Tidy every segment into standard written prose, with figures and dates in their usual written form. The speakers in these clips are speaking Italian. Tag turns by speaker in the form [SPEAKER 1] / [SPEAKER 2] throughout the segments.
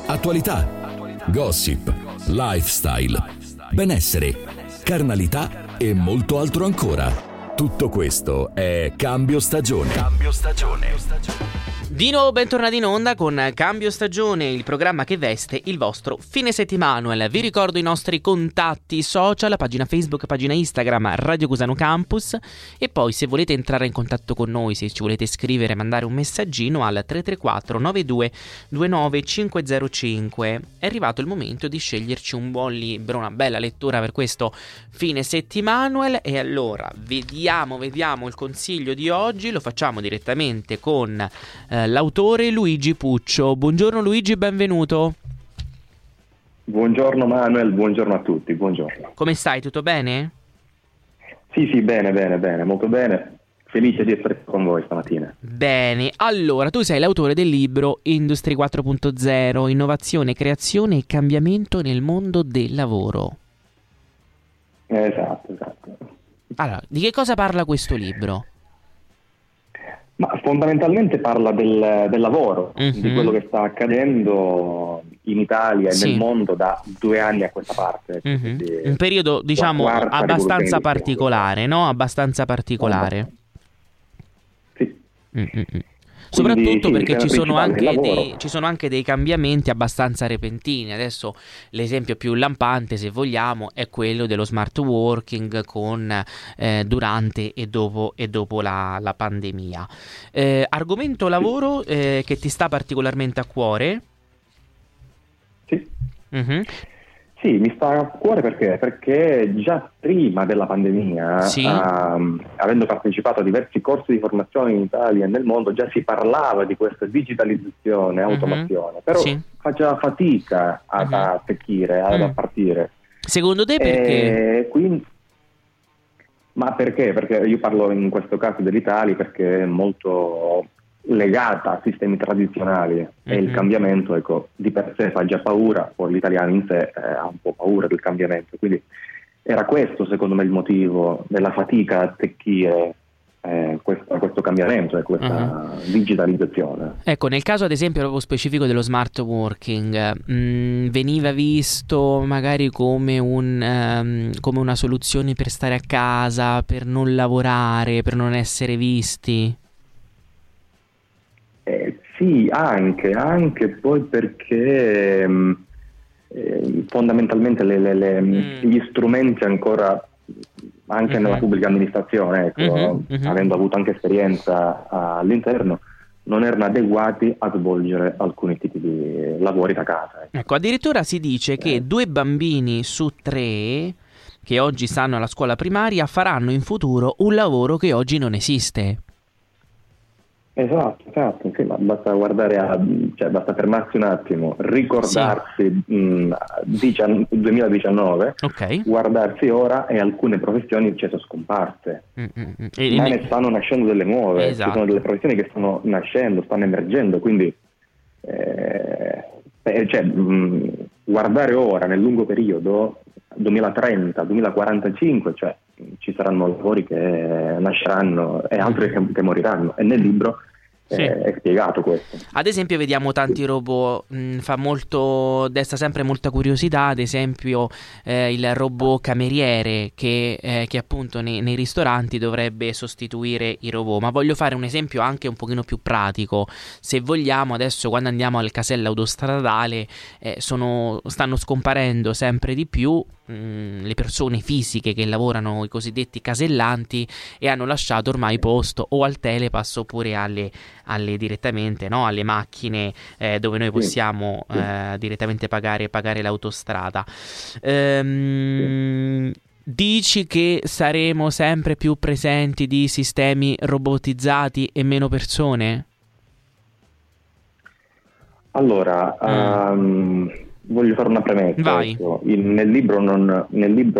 [SPEAKER 1] Attualità, gossip, lifestyle, benessere, carnalità e molto altro ancora. Tutto questo è Cambio Stagione. Cambio Stagione.
[SPEAKER 2] Di nuovo bentornati in onda con Cambio Stagione, il programma che veste il vostro fine settimana. Vi ricordo i nostri contatti social, pagina Facebook, pagina Instagram, Radio Cusano Campus. E poi se volete entrare in contatto con noi, se ci volete scrivere, mandare un messaggino al 334 92 29 505. È arrivato il momento di sceglierci un buon libro, una bella lettura per questo fine settimana. E allora vediamo il consiglio di oggi. Lo facciamo direttamente con l'autore Luigi Puccio. Buongiorno Luigi, benvenuto.
[SPEAKER 3] Buongiorno Manuel, buongiorno a tutti, buongiorno.
[SPEAKER 2] Come stai, tutto bene?
[SPEAKER 3] Sì, bene, molto bene. Felice di essere con voi stamattina.
[SPEAKER 2] Bene, allora tu sei l'autore del libro Industry 4.0, innovazione, creazione e cambiamento nel mondo del lavoro.
[SPEAKER 3] Esatto.
[SPEAKER 2] Allora, di che cosa parla questo libro?
[SPEAKER 3] Ma fondamentalmente parla del lavoro, di quello che sta accadendo in Italia e nel mondo da 2 anni a questa parte.
[SPEAKER 2] Un periodo, diciamo, abbastanza particolare, no? Abbastanza particolare.
[SPEAKER 3] Sì.
[SPEAKER 2] Soprattutto perché ci sono
[SPEAKER 3] anche
[SPEAKER 2] sono anche dei cambiamenti abbastanza repentini. Adesso l'esempio più lampante, se vogliamo, è quello dello smart working con durante e dopo la pandemia. Argomento lavoro che ti sta particolarmente a cuore?
[SPEAKER 3] Sì. Sì, mi sta a cuore perché già prima della pandemia, avendo partecipato a diversi corsi di formazione in Italia e nel mondo, già si parlava di questa digitalizzazione, automazione, però faceva fatica ad attecchire, ad partire.
[SPEAKER 2] Secondo te perché?
[SPEAKER 3] Ma perché? Perché io parlo in questo caso dell'Italia perché è molto legata a sistemi tradizionali e il cambiamento, ecco, di per sé fa già paura, poi l'italiano in sé ha un po' paura del cambiamento, quindi era questo secondo me il motivo della fatica a attecchire questo cambiamento e questa digitalizzazione.
[SPEAKER 2] Ecco, nel caso ad esempio proprio specifico dello smart working, veniva visto magari come una soluzione per stare a casa, per non lavorare, per non essere visti?
[SPEAKER 3] Sì, anche poi perché fondamentalmente gli strumenti ancora, anche nella pubblica amministrazione, ecco, avendo avuto anche esperienza all'interno, non erano adeguati a svolgere alcuni tipi di lavori da casa.
[SPEAKER 2] Ecco, addirittura si dice che 2 bambini su 3 che oggi stanno alla scuola primaria faranno in futuro un lavoro che oggi non esiste.
[SPEAKER 3] Esatto, sì, ma basta guardare basta fermarsi un attimo, ricordarsi 2019, guardarsi ora e alcune professioni sono scomparse, ma ne stanno nascendo delle nuove, ci sono delle professioni che stanno nascendo, stanno emergendo, quindi guardare ora nel lungo periodo, 2030, 2045, ci saranno lavori che nasceranno e altri che moriranno, e nel libro è spiegato questo.
[SPEAKER 2] Ad esempio vediamo tanti robot, desta sempre molta curiosità, ad esempio il robot cameriere che appunto nei ristoranti dovrebbe sostituire i robot, ma voglio fare un esempio anche un pochino più pratico. Se vogliamo, adesso quando andiamo al casello autostradale stanno scomparendo sempre di più le persone fisiche che lavorano, i cosiddetti casellanti, e hanno lasciato ormai posto o al telepass oppure alle direttamente, no? Alle macchine dove noi possiamo direttamente pagare l'autostrada. Dici che saremo sempre più presenti di sistemi robotizzati e meno persone?
[SPEAKER 3] Allora, voglio fare una premessa.
[SPEAKER 2] Vai.
[SPEAKER 3] Ecco. Nel libro non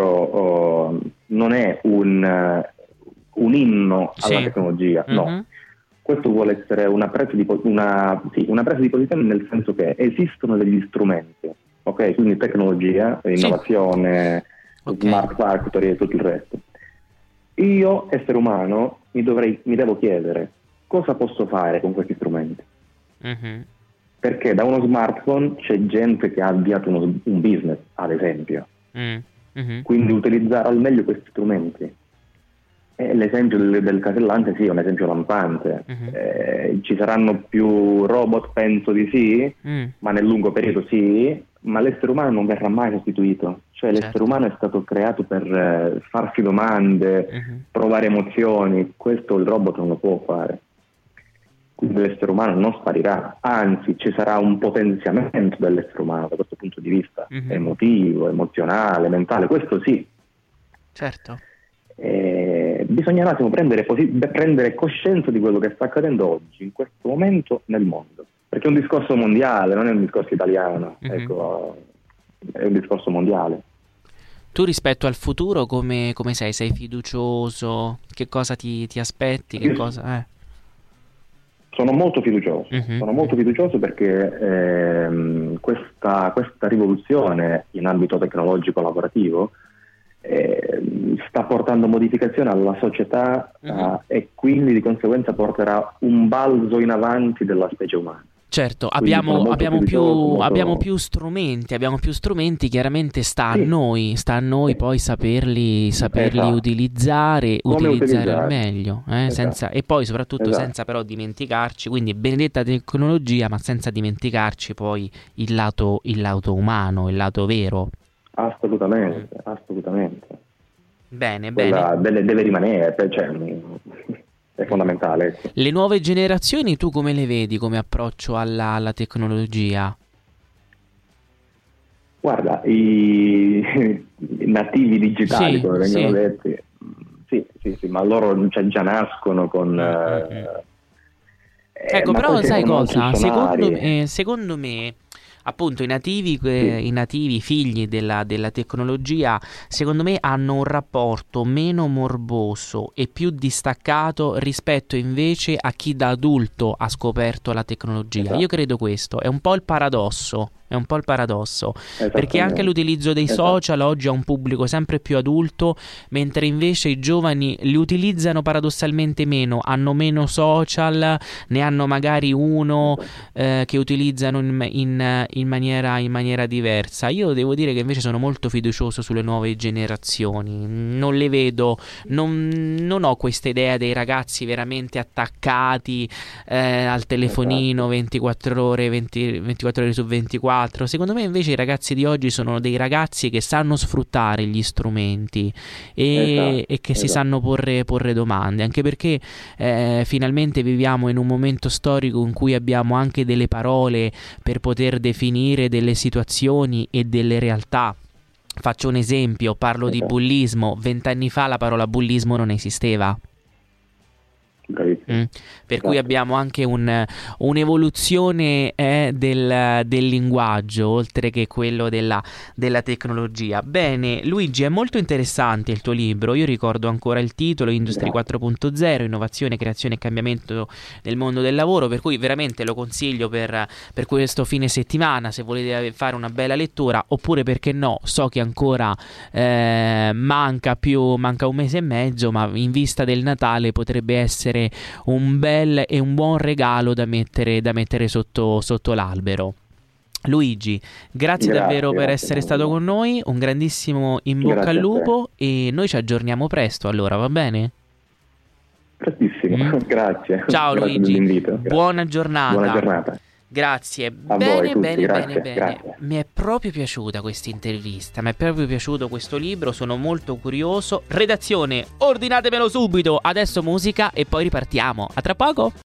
[SPEAKER 3] è un inno alla tecnologia, no. Questo vuole essere una presa di posizione, nel senso che esistono degli strumenti, ok? Quindi tecnologia, innovazione, smart factory e tutto il resto. Io, essere umano, mi devo chiedere cosa posso fare con questi strumenti. Perché da uno smartphone c'è gente che ha avviato un business, ad esempio. Quindi utilizzare al meglio questi strumenti. L'esempio del casellante sì, è un esempio lampante. Ci saranno più robot, penso di sì, ma nel lungo periodo sì, ma l'essere umano non verrà mai sostituito. Cioè l'essere umano è stato creato per farsi domande, provare emozioni, questo il robot non lo può fare. Quindi l'essere umano non sparirà, anzi ci sarà un potenziamento dell'essere umano da questo punto di vista, emotivo, emozionale, mentale, questo sì.
[SPEAKER 2] Certo.
[SPEAKER 3] Bisogna un attimo prendere coscienza di quello che sta accadendo oggi, in questo momento, nel mondo. Perché è un discorso mondiale, non è un discorso italiano, ecco, è un discorso mondiale.
[SPEAKER 2] Tu rispetto al futuro come sei? Sei fiducioso? Che cosa ti aspetti? Che cosa...
[SPEAKER 3] Sono molto fiducioso perché questa rivoluzione in ambito tecnologico lavorativo sta portando modificazioni alla società e quindi di conseguenza porterà un balzo in avanti della specie umana.
[SPEAKER 2] Certo, abbiamo più strumenti, chiaramente sta a noi poi saperli utilizzare al meglio, senza, e poi soprattutto senza però dimenticarci, quindi benedetta tecnologia, ma senza dimenticarci poi il lato umano, il lato vero.
[SPEAKER 3] Assolutamente.
[SPEAKER 2] Bene.
[SPEAKER 3] Deve rimanere, cioè, è fondamentale.
[SPEAKER 2] Le nuove generazioni tu come le vedi come approccio alla tecnologia?
[SPEAKER 3] Guarda, i nativi digitali, come vengono detti, sì, ma loro già nascono con...
[SPEAKER 2] ecco, però sai cosa? Secondo me appunto i nativi figli della tecnologia, secondo me hanno un rapporto meno morboso e più distaccato rispetto invece a chi da adulto ha scoperto la tecnologia. Io credo questo, è un po' il paradosso, perché anche l'utilizzo dei social oggi ha un pubblico sempre più adulto, mentre invece i giovani li utilizzano paradossalmente meno, hanno meno social, ne hanno magari uno che utilizzano in maniera diversa. Io devo dire che invece sono molto fiducioso sulle nuove generazioni, non le vedo, non ho questa idea dei ragazzi veramente attaccati al telefonino 24 ore su 24. Secondo me invece i ragazzi di oggi sono dei ragazzi che sanno sfruttare gli strumenti e che si sanno porre domande, anche perché finalmente viviamo in un momento storico in cui abbiamo anche delle parole per poter definire delle situazioni e delle realtà. Faccio un esempio, parlo di bullismo. 20 anni fa la parola bullismo non esisteva. Per cui abbiamo anche un'evoluzione del linguaggio, oltre che quello della tecnologia. Bene, Luigi, è molto interessante il tuo libro. Io ricordo ancora il titolo, Industria 4.0, innovazione, creazione e cambiamento nel mondo del lavoro, per cui veramente lo consiglio per questo fine settimana, se volete fare una bella lettura, oppure perché no, so che ancora manca un mese e mezzo, ma in vista del Natale potrebbe essere un bel e un buon regalo da mettere sotto l'albero. Luigi, grazie davvero per essere stato con noi, un grandissimo in bocca al lupo e noi ci aggiorniamo presto, allora, va bene?
[SPEAKER 3] Prestissimo, grazie.
[SPEAKER 2] Ciao
[SPEAKER 3] grazie
[SPEAKER 2] Luigi, buona giornata. Grazie, bene. Mi è proprio piaciuta questa intervista, mi è proprio piaciuto questo libro, sono molto curioso. Redazione, ordinatemelo subito, adesso musica e poi ripartiamo. A tra poco.